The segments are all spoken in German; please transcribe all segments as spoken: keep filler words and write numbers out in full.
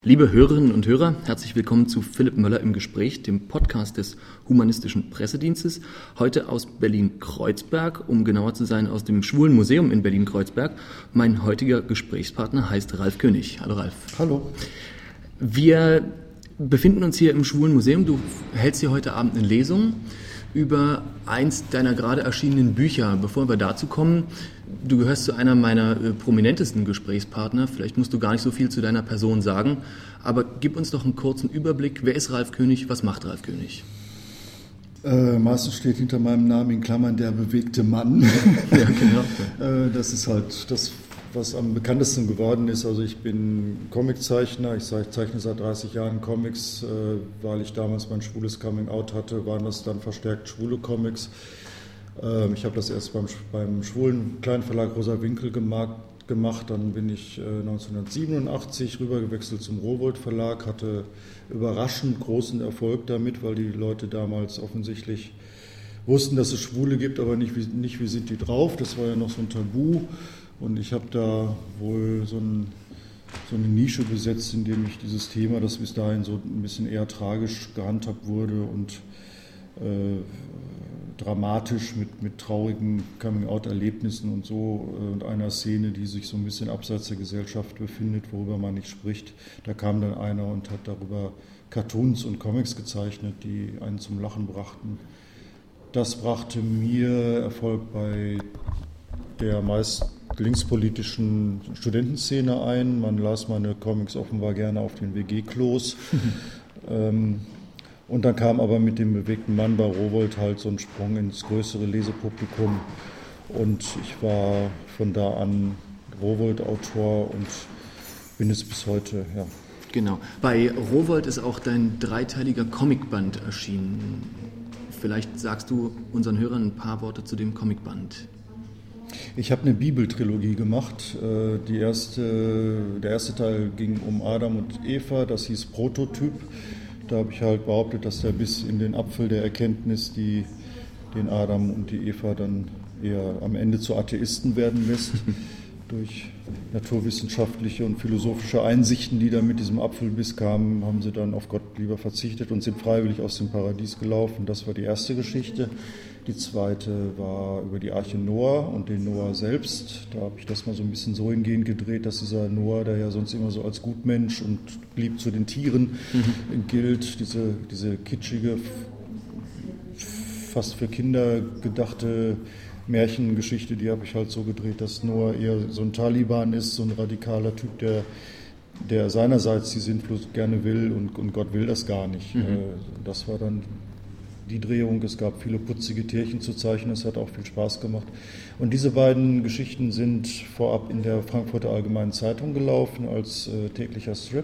Liebe Hörerinnen und Hörer, herzlich willkommen zu Philipp Möller im Gespräch, dem Podcast des Humanistischen Pressedienstes. Heute aus Berlin-Kreuzberg, um genauer zu sein, aus dem Schwulen Museum in Berlin-Kreuzberg. Mein heutiger Gesprächspartner heißt Ralf König. Hallo Ralf. Hallo. Wir befinden uns hier im Schwulen Museum. Du hältst hier heute Abend eine Lesung über eins deiner gerade erschienenen Bücher. Bevor wir dazu kommen, du gehörst zu einer meiner äh, prominentesten Gesprächspartner. Vielleicht musst du gar nicht so viel zu deiner Person sagen, aber gib uns doch einen kurzen Überblick. Wer ist Ralf König? Was macht Ralf König? Äh, meistens steht hinter meinem Namen in Klammern der bewegte Mann. Ja, genau. äh, das ist halt das, was am bekanntesten geworden ist. Also ich bin Comiczeichner, ich zeichne seit dreißig Jahren Comics. Äh, weil ich damals mein schwules Coming-out hatte, waren das dann verstärkt schwule Comics. Äh, ich habe das erst beim, beim schwulen Kleinverlag Rosa Winkel gemacht. gemacht. Dann bin ich äh, neunzehnhundertsiebenundachtzig rübergewechselt zum Rowohlt Verlag, hatte überraschend großen Erfolg damit, weil die Leute damals offensichtlich wussten, dass es Schwule gibt, aber nicht wie, nicht wie sind die drauf. Das war ja noch so ein Tabu. Und ich habe da wohl so, ein, so eine Nische besetzt, indem ich dieses Thema, das bis dahin so ein bisschen eher tragisch gehandhabt wurde und äh, dramatisch mit, mit traurigen Coming-out-Erlebnissen und so äh, und einer Szene, die sich so ein bisschen abseits der Gesellschaft befindet, worüber man nicht spricht. Da kam dann einer und hat darüber Cartoons und Comics gezeichnet, die einen zum Lachen brachten. Das brachte mir Erfolg bei der meist linkspolitischen Studentenszene ein. Man las meine Comics offenbar gerne auf den W G-Klos. ähm, und dann kam aber mit dem bewegten Mann bei Rowohlt halt so ein Sprung ins größere Lesepublikum. Und ich war von da an Rowohlt-Autor und bin es bis heute, ja. Genau. Bei Rowohlt ist auch dein dreiteiliger Comicband erschienen. Vielleicht sagst du unseren Hörern ein paar Worte zu dem Comicband. Ich habe eine Bibeltrilogie gemacht. Die erste, der erste Teil ging um Adam und Eva, das hieß Prototyp. Da habe ich halt behauptet, dass der bis in den Apfel der Erkenntnis die, den Adam und die Eva dann eher am Ende zu Atheisten werden lässt. Durch naturwissenschaftliche und philosophische Einsichten, die da mit diesem Apfelbiss kamen, haben sie dann auf Gott lieber verzichtet und sind freiwillig aus dem Paradies gelaufen. Das war die erste Geschichte. Die zweite war über die Arche Noah und den Noah selbst. Da habe ich das mal so ein bisschen so hingehend gedreht, dass dieser Noah, der ja sonst immer so als Gutmensch und lieb zu den Tieren mhm. gilt, diese, diese kitschige, fast für Kinder gedachte Märchengeschichte, die habe ich halt so gedreht, dass Noah eher so ein Taliban ist, so ein radikaler Typ, der, der seinerseits die Sintflut gerne will und, und Gott will das gar nicht. Mhm. Das war dann die Drehung. Es gab viele putzige Tierchen zu zeichnen, es hat auch viel Spaß gemacht. Und diese beiden Geschichten sind vorab in der Frankfurter Allgemeinen Zeitung gelaufen als äh, täglicher Strip.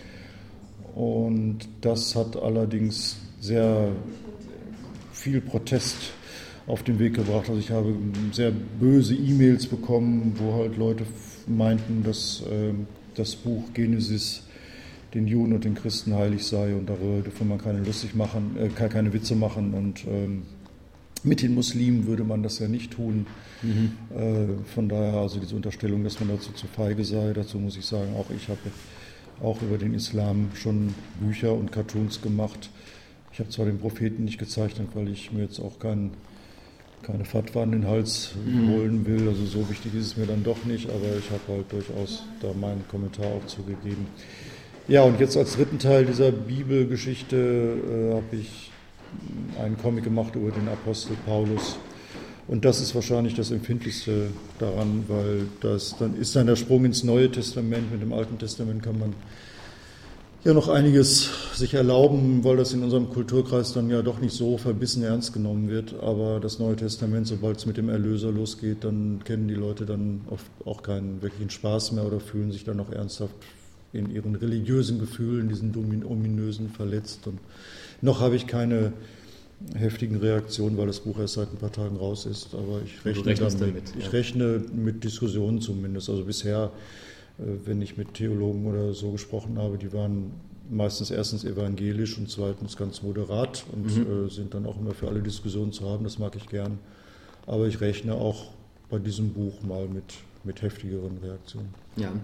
Und das hat allerdings sehr viel Protest auf den Weg gebracht. Also ich habe sehr böse E-Mails bekommen, wo halt Leute meinten, dass äh, das Buch Genesis den Juden und den Christen heilig sei und darüber dürfe man keine lustig machen, äh, keine Witze machen und ähm, mit den Muslimen würde man das ja nicht tun. Mhm. Äh, von daher also diese Unterstellung, dass man dazu zu feige sei, dazu muss ich sagen, auch ich habe auch über den Islam schon Bücher und Cartoons gemacht. Ich habe zwar den Propheten nicht gezeichnet, weil ich mir jetzt auch keinen keine Fatwa an den Hals mhm. holen will, also so wichtig ist es mir dann doch nicht, aber ich habe halt durchaus da meinen Kommentar auch zugegeben. Ja, und jetzt als dritten Teil dieser Bibelgeschichte äh, habe ich einen Comic gemacht über den Apostel Paulus. Und das ist wahrscheinlich das Empfindlichste daran, weil das dann ist dann der Sprung ins Neue Testament. Mit dem Alten Testament kann man ja noch einiges sich erlauben, weil das in unserem Kulturkreis dann ja doch nicht so verbissen ernst genommen wird. Aber das Neue Testament, sobald es mit dem Erlöser losgeht, dann kennen die Leute dann oft auch keinen wirklichen Spaß mehr oder fühlen sich dann noch ernsthaft in ihren religiösen Gefühlen, diesen ominösen, verletzt. Und noch habe ich keine heftigen Reaktionen, weil das Buch erst seit ein paar Tagen raus ist. Aber ich rechne damit. damit ja. Ich rechne mit Diskussionen zumindest. Also bisher, wenn ich mit Theologen oder so gesprochen habe, die waren meistens erstens evangelisch und zweitens ganz moderat und mhm. sind dann auch immer für alle Diskussionen zu haben. Das mag ich gern. Aber ich rechne auch bei diesem Buch mal mit, mit heftigeren Reaktionen. Ja.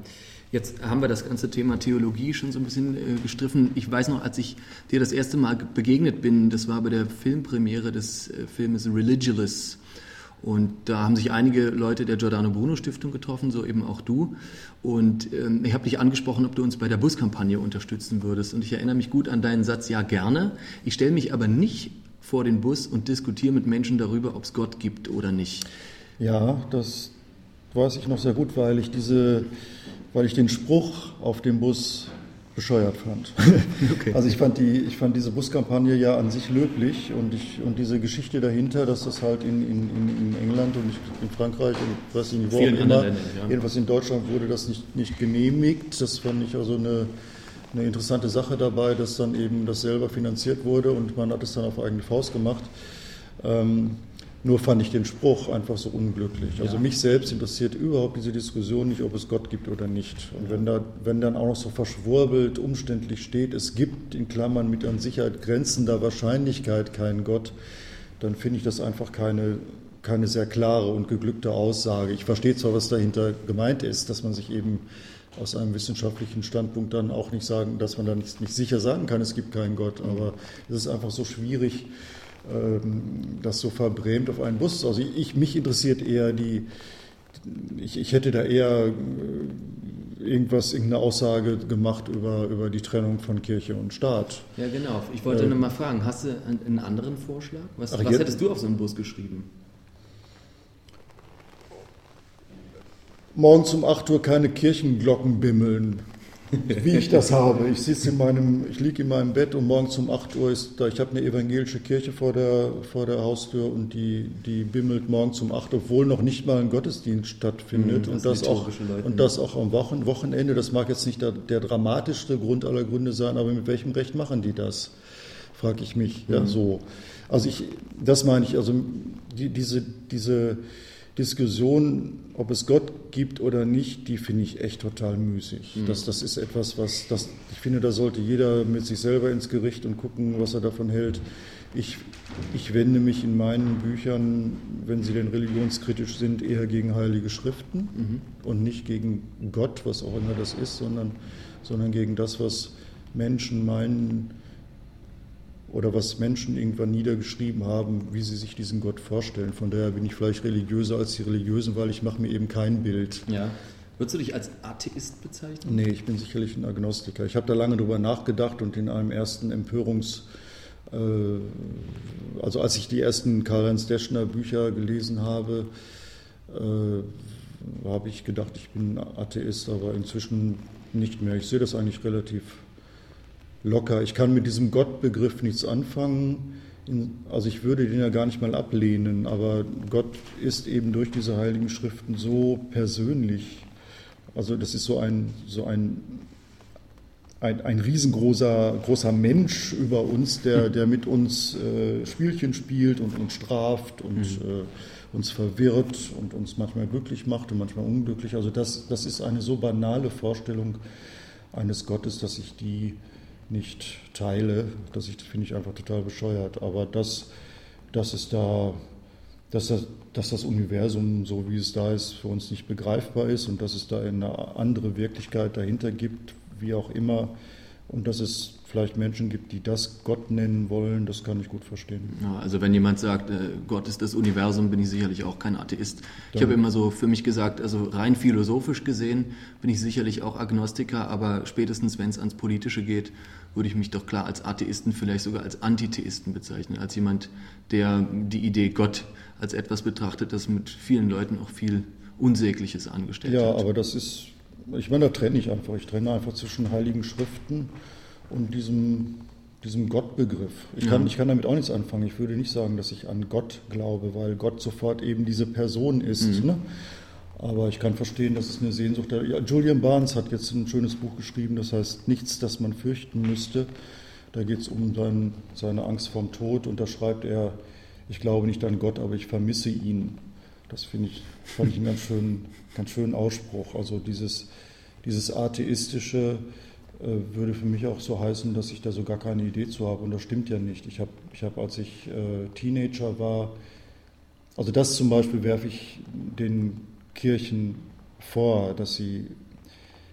Jetzt haben wir das ganze Thema Theologie schon so ein bisschen äh, gestriffen. Ich weiß noch, als ich dir das erste Mal begegnet bin, das war bei der Filmpremiere des äh, Filmes Religulous. Und da haben sich einige Leute der Giordano Bruno Stiftung getroffen, so eben auch du. Und ähm, ich habe dich angesprochen, ob du uns bei der Buskampagne unterstützen würdest. Und ich erinnere mich gut an deinen Satz, ja gerne. Ich stelle mich aber nicht vor den Bus und diskutiere mit Menschen darüber, ob es Gott gibt oder nicht. Ja, das weiß ich noch sehr gut, weil ich diese, weil ich den Spruch auf dem Bus bescheuert fand. Okay. Also ich fand die, ich fand diese Buskampagne ja an sich löblich und ich und diese Geschichte dahinter, dass das halt in, in, in England und in Frankreich und weiß ich nicht wo auch immer, ja. Jedenfalls in Deutschland wurde das nicht, nicht genehmigt. Das fand ich also eine, eine interessante Sache dabei, dass dann eben das selber finanziert wurde und man hat es dann auf eigene Faust gemacht. Ähm, Nur fand ich den Spruch einfach so unglücklich. Also ja. Mich selbst interessiert überhaupt diese Diskussion nicht, ob es Gott gibt oder nicht. Und wenn, da, wenn dann auch noch so verschwurbelt, umständlich steht, es gibt in Klammern mit an Sicherheit grenzender Wahrscheinlichkeit keinen Gott, dann finde ich das einfach keine, keine sehr klare und geglückte Aussage. Ich verstehe zwar, was dahinter gemeint ist, dass man sich eben aus einem wissenschaftlichen Standpunkt dann auch nicht sagen, dass man dann nicht, nicht sicher sagen kann, es gibt keinen Gott, aber es ist einfach so schwierig, das so verbrämt auf einen Bus. Also ich, mich interessiert eher die, ich, ich hätte da eher irgendwas, irgendeine Aussage gemacht über, über die Trennung von Kirche und Staat. Ja, genau. Ich wollte äh, nur mal fragen, hast du einen, einen anderen Vorschlag? Was, was hättest du auf so einen Bus geschrieben? Morgens um acht Uhr keine Kirchenglocken bimmeln. Wie ich das habe. Ich sitze in meinem, ich liege in meinem Bett und morgens um acht Uhr ist da, ich habe eine evangelische Kirche vor der, vor der Haustür und die, die bimmelt morgens um acht, obwohl noch nicht mal ein Gottesdienst stattfindet. Mhm, das und, das auch, Leute, und das auch am Wochen, Wochenende. Das mag jetzt nicht der, der dramatischste Grund aller Gründe sein, aber mit welchem Recht machen die das? Frage ich mich. Mhm. Ja, so. Also ich, das meine ich, also die, diese, diese Diskussion, ob es Gott gibt oder nicht, die finde ich echt total müßig. Mhm. Das, das ist etwas, was, das, ich finde, da sollte jeder mit sich selber ins Gericht und gucken, was er davon hält. Ich, ich wende mich in meinen Büchern, wenn sie denn religionskritisch sind, eher gegen heilige Schriften mhm. und nicht gegen Gott, was auch immer das ist, sondern, sondern gegen das, was Menschen meinen, oder was Menschen irgendwann niedergeschrieben haben, wie sie sich diesen Gott vorstellen. Von daher bin ich vielleicht religiöser als die Religiösen, weil ich mache mir eben kein Bild. Ja. Würdest du dich als Atheist bezeichnen? Nee, ich bin sicherlich ein Agnostiker. Ich habe da lange drüber nachgedacht und in einem ersten Empörungs... Äh, also als ich die ersten Karl-Heinz Deschner Bücher gelesen habe, äh, habe ich gedacht, ich bin Atheist, aber inzwischen nicht mehr. Ich sehe das eigentlich relativ locker. Ich kann mit diesem Gottbegriff nichts anfangen. Also ich würde den ja gar nicht mal ablehnen, aber Gott ist eben durch diese heiligen Schriften so persönlich. Also das ist so ein, so ein, ein, ein riesengroßer großer Mensch über uns, der, der mit uns äh, Spielchen spielt und uns straft und mhm. äh, uns verwirrt und uns manchmal glücklich macht und manchmal unglücklich. Also das, das ist eine so banale Vorstellung eines Gottes, dass ich die nicht teile, das finde ich einfach total bescheuert. Aber dass, dass es da, dass das, dass das Universum, so wie es da ist, für uns nicht begreifbar ist und dass es da eine andere Wirklichkeit dahinter gibt, wie auch immer, und dass es vielleicht Menschen gibt, die das Gott nennen wollen, das kann ich gut verstehen. Ja, also wenn jemand sagt, äh, Gott ist das Universum, bin ich sicherlich auch kein Atheist. Dann ich habe immer so für mich gesagt, also rein philosophisch gesehen bin ich sicherlich auch Agnostiker, aber spätestens wenn es ans Politische geht, würde ich mich doch klar als Atheisten, vielleicht sogar als Antitheisten bezeichnen, als jemand, der die Idee Gott als etwas betrachtet, das mit vielen Leuten auch viel Unsägliches angestellt ja, hat. Ja, aber das ist, ich meine, da trenne ich einfach. Ich trenne einfach zwischen heiligen Schriften und diesem, diesem Gottbegriff. Ich kann, ja. ich kann damit auch nichts anfangen. Ich würde nicht sagen, dass ich an Gott glaube, weil Gott sofort eben diese Person ist. Mhm. Ne? Aber ich kann verstehen, dass es eine Sehnsucht... Ja, Julian Barnes hat jetzt ein schönes Buch geschrieben, das heißt Nichts, das man fürchten müsste. Da geht es um sein, seine Angst vorm Tod und da schreibt er, ich glaube nicht an Gott, aber ich vermisse ihn. Das finde ich, fand ich einen ganz schönen, ganz schönen Ausspruch. Also dieses, dieses atheistische äh, würde für mich auch so heißen, dass ich da so gar keine Idee zu habe. Und das stimmt ja nicht. Ich habe, ich hab, als ich äh, Teenager war, also das zum Beispiel werfe ich den Kirchen vor, dass sie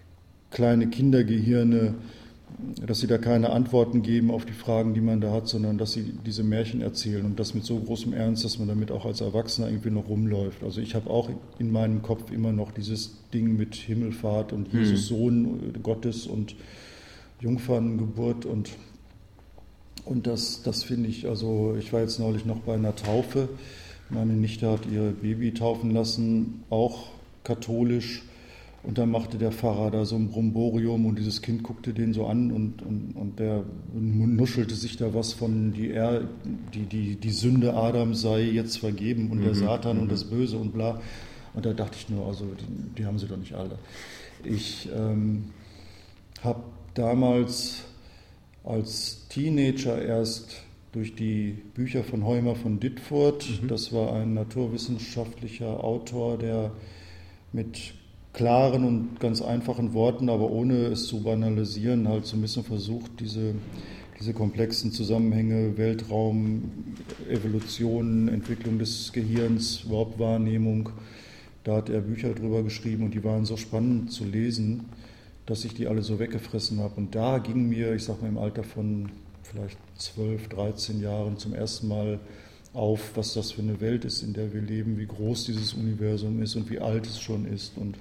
kleine Kindergehirne, dass sie da keine Antworten geben auf die Fragen, die man da hat, sondern dass sie diese Märchen erzählen und das mit so großem Ernst, dass man damit auch als Erwachsener irgendwie noch rumläuft. Also ich habe auch in meinem Kopf immer noch dieses Ding mit Himmelfahrt und Jesus Sohn Gottes und Jungferngeburt und, und das, das finde ich, also ich war jetzt neulich noch bei einer Taufe, meine Nichte hat ihr Baby taufen lassen, auch katholisch. Und dann machte der Pfarrer da so ein Bromborium und dieses Kind guckte den so an und, und, und der nuschelte sich da was von, die, er, die, die, die Sünde Adams sei jetzt vergeben und mhm. der Satan mhm. und das Böse und bla. Und da dachte ich nur, also die, die haben sie doch nicht alle. Ich ähm, habe damals als Teenager erst durch die Bücher von Heumer von Dittfurt, mhm. das war ein naturwissenschaftlicher Autor, der mit klaren und ganz einfachen Worten, aber ohne es zu banalisieren, halt so ein bisschen versucht, diese, diese komplexen Zusammenhänge, Weltraum, Evolution, Entwicklung des Gehirns, überhaupt Wahrnehmung, da hat er Bücher drüber geschrieben und die waren so spannend zu lesen, dass ich die alle so weggefressen habe. Und da ging mir, ich sag mal im Alter von vielleicht zwölf, dreizehn Jahren zum ersten Mal auf, was das für eine Welt ist, in der wir leben, wie groß dieses Universum ist und wie alt es schon ist. Und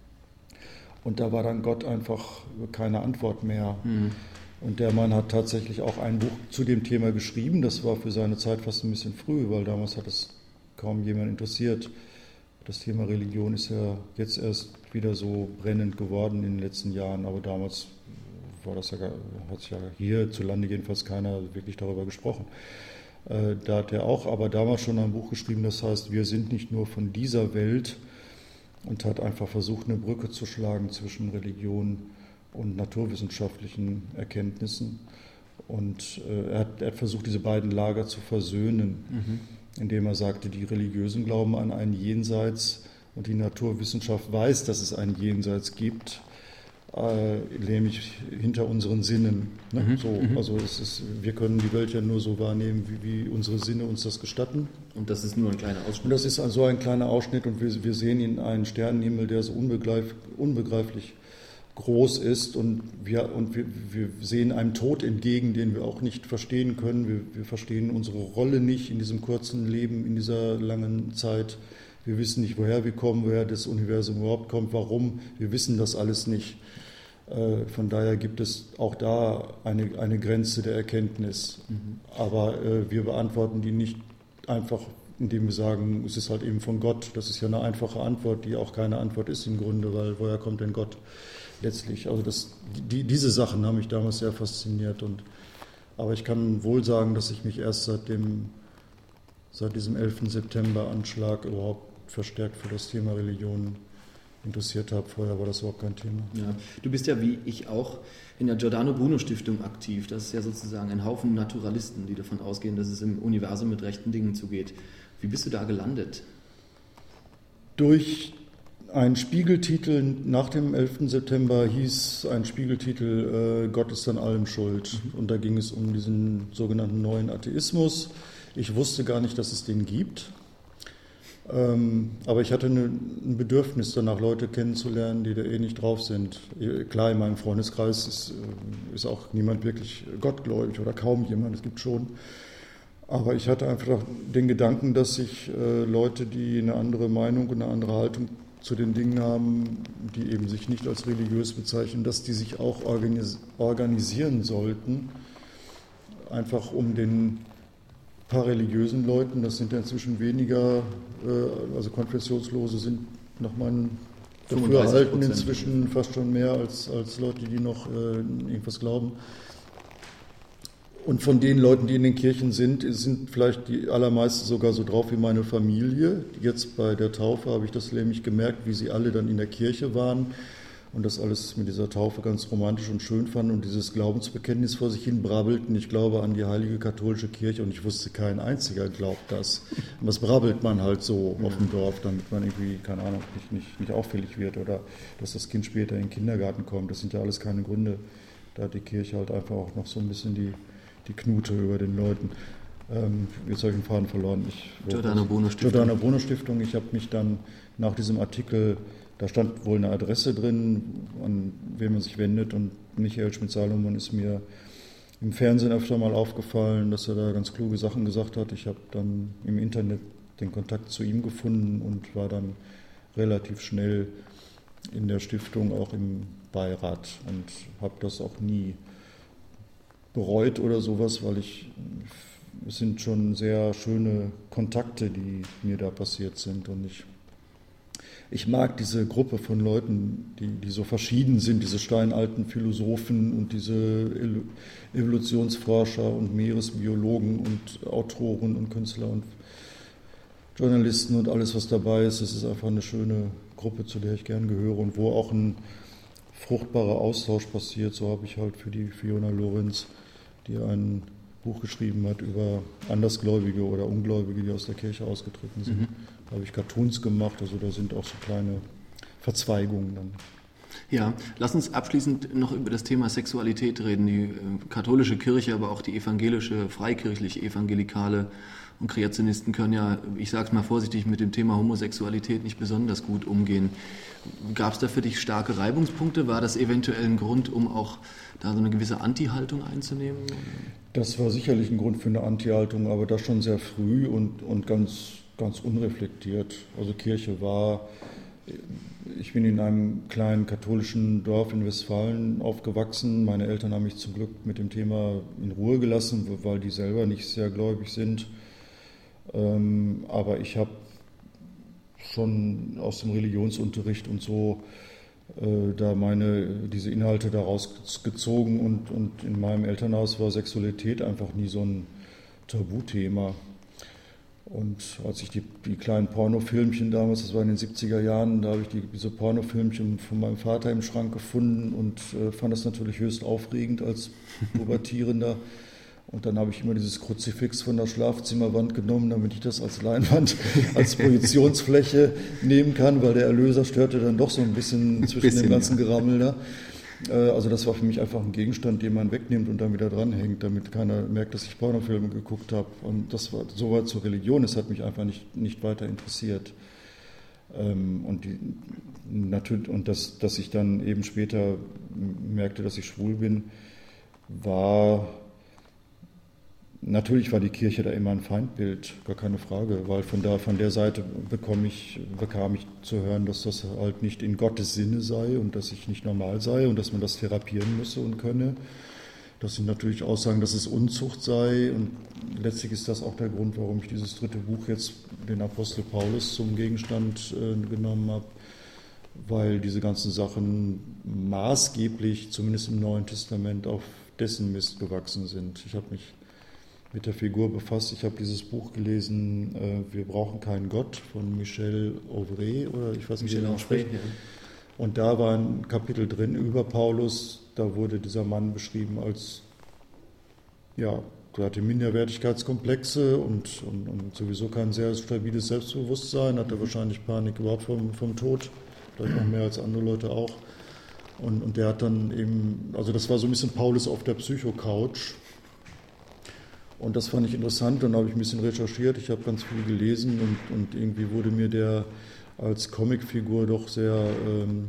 Und da war dann Gott einfach keine Antwort mehr. Mhm. Und der Mann hat tatsächlich auch ein Buch zu dem Thema geschrieben. Das war für seine Zeit fast ein bisschen früh, weil damals hat es kaum jemand interessiert. Das Thema Religion ist ja jetzt erst wieder so brennend geworden in den letzten Jahren. Aber damals war das ja, hat sich ja hierzulande jedenfalls keiner wirklich darüber gesprochen. Äh, da hat er auch aber damals schon ein Buch geschrieben, das heißt, wir sind nicht nur von dieser Welt, und hat einfach versucht, eine Brücke zu schlagen zwischen Religion und naturwissenschaftlichen Erkenntnissen. Und äh, er, hat, er hat versucht, diese beiden Lager zu versöhnen, mhm. indem er sagte, die Religiösen glauben an ein Jenseits und die Naturwissenschaft weiß, dass es ein Jenseits gibt, äh, nämlich hinter unseren Sinnen. Ne? Mhm. So, also es ist, wir können die Welt ja nur so wahrnehmen, wie, wie unsere Sinne uns das gestatten. Und das ist nur ein kleiner Ausschnitt? Und das ist also ein kleiner Ausschnitt und wir, wir sehen in einen Sternenhimmel, der so unbegreif, unbegreiflich groß ist und, wir, und wir, wir sehen einem Tod entgegen, den wir auch nicht verstehen können. Wir, wir verstehen unsere Rolle nicht in diesem kurzen Leben, in dieser langen Zeit. Wir wissen nicht, woher wir kommen, woher das Universum überhaupt kommt, warum. Wir wissen das alles nicht. Von daher gibt es auch da eine, eine Grenze der Erkenntnis. Mhm. Aber äh, wir beantworten die nicht einfach, indem wir sagen, es ist halt eben von Gott. Das ist ja eine einfache Antwort, die auch keine Antwort ist im Grunde, weil woher kommt denn Gott letztlich? Also das, die, diese Sachen haben mich damals sehr fasziniert. Und, aber ich kann wohl sagen, dass ich mich erst seit, dem, seit diesem elften September-Anschlag überhaupt verstärkt für das Thema Religion interessiert habe. Vorher war das überhaupt kein Thema. Ja, du bist ja wie ich auch in der Giordano Bruno Stiftung aktiv. Das ist ja sozusagen ein Haufen Naturalisten, die davon ausgehen, dass es im Universum mit rechten Dingen zugeht. Wie bist du da gelandet? Durch einen Spiegeltitel nach dem elften September hieß ein Spiegeltitel äh, Gott ist an allem schuld. Mhm. Und da ging es um diesen sogenannten neuen Atheismus. Ich wusste gar nicht, dass es den gibt. Ähm, aber ich hatte eine, ein Bedürfnis danach, Leute kennenzulernen, die da eh nicht drauf sind. Klar, in meinem Freundeskreis ist, ist auch niemand wirklich gottgläubig oder kaum jemand, es gibt schon. Aber ich hatte einfach den Gedanken, dass sich äh, Leute, die eine andere Meinung und eine andere Haltung zu den Dingen haben, die eben sich nicht als religiös bezeichnen, dass die sich auch organis- organisieren sollten, einfach um den paar religiösen Leuten, das sind ja inzwischen weniger, also Konfessionslose sind nach meinem Dafürhalten inzwischen fast schon mehr als, als Leute, die noch irgendwas glauben. Und von den Leuten, die in den Kirchen sind, sind vielleicht die allermeisten sogar so drauf wie meine Familie. Jetzt bei der Taufe habe ich das nämlich gemerkt, wie sie alle dann in der Kirche waren und das alles mit dieser Taufe ganz romantisch und schön fanden und dieses Glaubensbekenntnis vor sich hin brabbelten. Ich glaube an die heilige katholische Kirche und ich wusste, kein einziger glaubt das. Und das brabbelt man halt so auf dem Dorf, damit man irgendwie, keine Ahnung, nicht, nicht, nicht auffällig wird oder dass das Kind später in den Kindergarten kommt. Das sind ja alles keine Gründe. Da hat die Kirche halt einfach auch noch so ein bisschen die, die Knute über den Leuten. Ähm, jetzt habe ich den Faden verloren. Ich, Giordano Bruno Stiftung. Giordano Bruno Stiftung. Ich habe mich dann nach diesem Artikel da stand wohl eine Adresse drin, an wen man sich wendet, und Michael Schmidt-Salomon ist mir im Fernsehen öfter mal aufgefallen, dass er da ganz kluge Sachen gesagt hat. Ich habe dann im Internet den Kontakt zu ihm gefunden und war dann relativ schnell in der Stiftung, auch im Beirat, und habe das auch nie bereut oder sowas, weil ich, es sind schon sehr schöne Kontakte, die mir da passiert sind, und ich Ich mag diese Gruppe von Leuten, die, die so verschieden sind, diese steinalten Philosophen und diese Evolutionsforscher und Meeresbiologen und Autoren und Künstler und Journalisten und alles, was dabei ist. Es ist einfach eine schöne Gruppe, zu der ich gern gehöre und wo auch ein fruchtbarer Austausch passiert. So habe ich halt für die Fiona Lorenz, die ein Buch geschrieben hat über Andersgläubige oder Ungläubige, die aus der Kirche ausgetreten sind. Mhm. Da habe ich Cartoons gemacht, also da sind auch so kleine Verzweigungen dann. Ja, lass uns abschließend noch über das Thema Sexualität reden. Die äh, katholische Kirche, aber auch die evangelische, freikirchlich-evangelikale und Kreationisten können ja, ich sage es mal vorsichtig, mit dem Thema Homosexualität nicht besonders gut umgehen. Gab es da für dich starke Reibungspunkte? War das eventuell ein Grund, um auch da so eine gewisse Anti-Haltung einzunehmen? Das war sicherlich ein Grund für eine Anti-Haltung, aber das schon sehr früh und, und ganz, ganz unreflektiert. Also Kirche war, ich bin in einem kleinen katholischen Dorf in Westfalen aufgewachsen. Meine Eltern haben mich zum Glück mit dem Thema in Ruhe gelassen, weil die selber nicht sehr gläubig sind. Aber ich habe schon aus dem Religionsunterricht und so äh, da meine, diese Inhalte daraus gezogen, und, und in meinem Elternhaus war Sexualität einfach nie so ein Tabuthema. Und als ich die, die kleinen Pornofilmchen damals, das war in den siebziger Jahren, da habe ich die, diese Pornofilmchen von meinem Vater im Schrank gefunden und äh, fand das natürlich höchst aufregend als Pubertierender. Und dann habe ich immer dieses Kruzifix von der Schlafzimmerwand genommen, damit ich das als Leinwand, als Projektionsfläche nehmen kann, weil der Erlöser störte dann doch so ein bisschen zwischen bisschen, dem ganzen ja. Gerammel da. Also das war für mich einfach ein Gegenstand, den man wegnimmt und dann wieder dranhängt, damit keiner merkt, dass ich Pornofilme geguckt habe. Und das war soweit zur Religion, es hat mich einfach nicht, nicht weiter interessiert. Und, die, natürlich, und das, dass ich dann eben später merkte, dass ich schwul bin, war... Natürlich war die Kirche da immer ein Feindbild, gar keine Frage, weil von, da, von der Seite bekam ich, bekam ich zu hören, dass das halt nicht in Gottes Sinne sei und dass ich nicht normal sei und dass man das therapieren müsse und könne. Das sind natürlich Aussagen, dass es Unzucht sei, und letztlich ist das auch der Grund, warum ich dieses dritte Buch jetzt, den Apostel Paulus, zum Gegenstand äh, genommen habe, weil diese ganzen Sachen maßgeblich, zumindest im Neuen Testament, auf dessen Mist gewachsen sind. Ich habe mich mit der Figur befasst. Ich habe dieses Buch gelesen, äh, Wir brauchen keinen Gott, von Michel Ovray, oder ich weiß nicht, wie man spricht. Ja. Und da war ein Kapitel drin über Paulus. Da wurde dieser Mann beschrieben als, ja, der hatte Minderwertigkeitskomplexe und, und, und sowieso kein sehr stabiles Selbstbewusstsein, hatte wahrscheinlich Panik überhaupt vom, vom Tod, vielleicht noch mehr als andere Leute auch. Und, und der hat dann eben, also das war so ein bisschen Paulus auf der Psycho-Couch. Und das fand ich interessant, dann habe ich ein bisschen recherchiert, ich habe ganz viel gelesen, und, und irgendwie wurde mir der als Comicfigur doch sehr, ähm,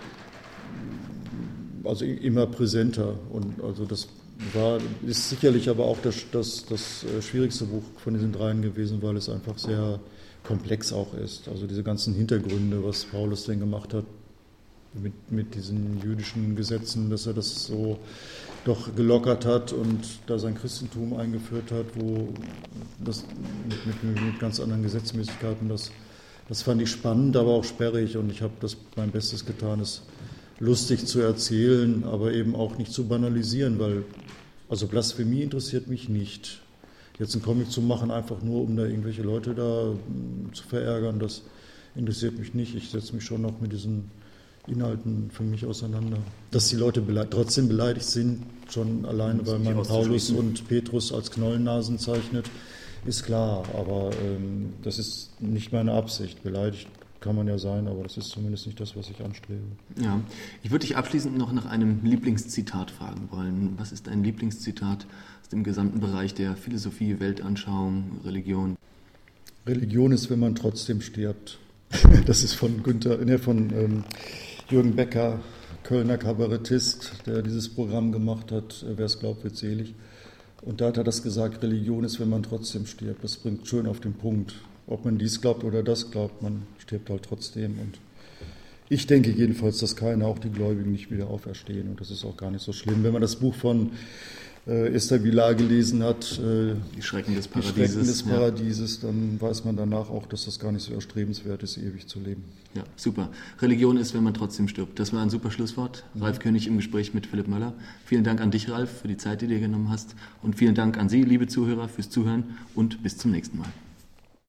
also immer präsenter. Und also das war, ist sicherlich aber auch das, das, das schwierigste Buch von diesen dreien gewesen, weil es einfach sehr komplex auch ist. Also diese ganzen Hintergründe, was Paulus denn gemacht hat mit, mit diesen jüdischen Gesetzen, dass er das so doch gelockert hat und da sein Christentum eingeführt hat, wo das mit, mit, mit ganz anderen Gesetzmäßigkeiten, das, das fand ich spannend, aber auch sperrig, und ich habe das mein Bestes getan, es lustig zu erzählen, aber eben auch nicht zu banalisieren, weil, also Blasphemie interessiert mich nicht. Jetzt einen Comic zu machen, einfach nur, um da irgendwelche Leute da zu verärgern, das interessiert mich nicht. Ich setze mich schon noch mit diesen Inhalten für mich auseinander. Dass die Leute bele- trotzdem beleidigt sind, schon alleine, weil man Paulus und Petrus als Knollennasen zeichnet, ist klar. Aber ähm, das ist nicht meine Absicht. Beleidigt kann man ja sein, aber das ist zumindest nicht das, was ich anstrebe. Ja, ich würde dich abschließend noch nach einem Lieblingszitat fragen wollen. Was ist dein Lieblingszitat aus dem gesamten Bereich der Philosophie, Weltanschauung, Religion? Religion ist, wenn man trotzdem stirbt. Das ist von Günther, ne, von ähm, Jürgen Becker, Kölner Kabarettist, der dieses Programm gemacht hat, wer es glaubt, wird selig. Und da hat er das gesagt, Religion ist, wenn man trotzdem stirbt. Das bringt schön auf den Punkt. Ob man dies glaubt oder das glaubt, man stirbt halt trotzdem. Und ich denke jedenfalls, dass keiner, auch die Gläubigen, nicht wieder auferstehen. Und das ist auch gar nicht so schlimm. Wenn man das Buch von äh, Esther Vilar gelesen hat, äh, Die Schrecken des Die Paradieses, Schrecken des ja. Paradieses, dann weiß man danach auch, dass das gar nicht so erstrebenswert ist, ewig zu leben. Ja, super. Religion ist, wenn man trotzdem stirbt. Das war ein super Schlusswort. Mhm. Ralf König im Gespräch mit Philipp Möller. Vielen Dank an dich, Ralf, für die Zeit, die du dir genommen hast. Und vielen Dank an Sie, liebe Zuhörer, fürs Zuhören und bis zum nächsten Mal.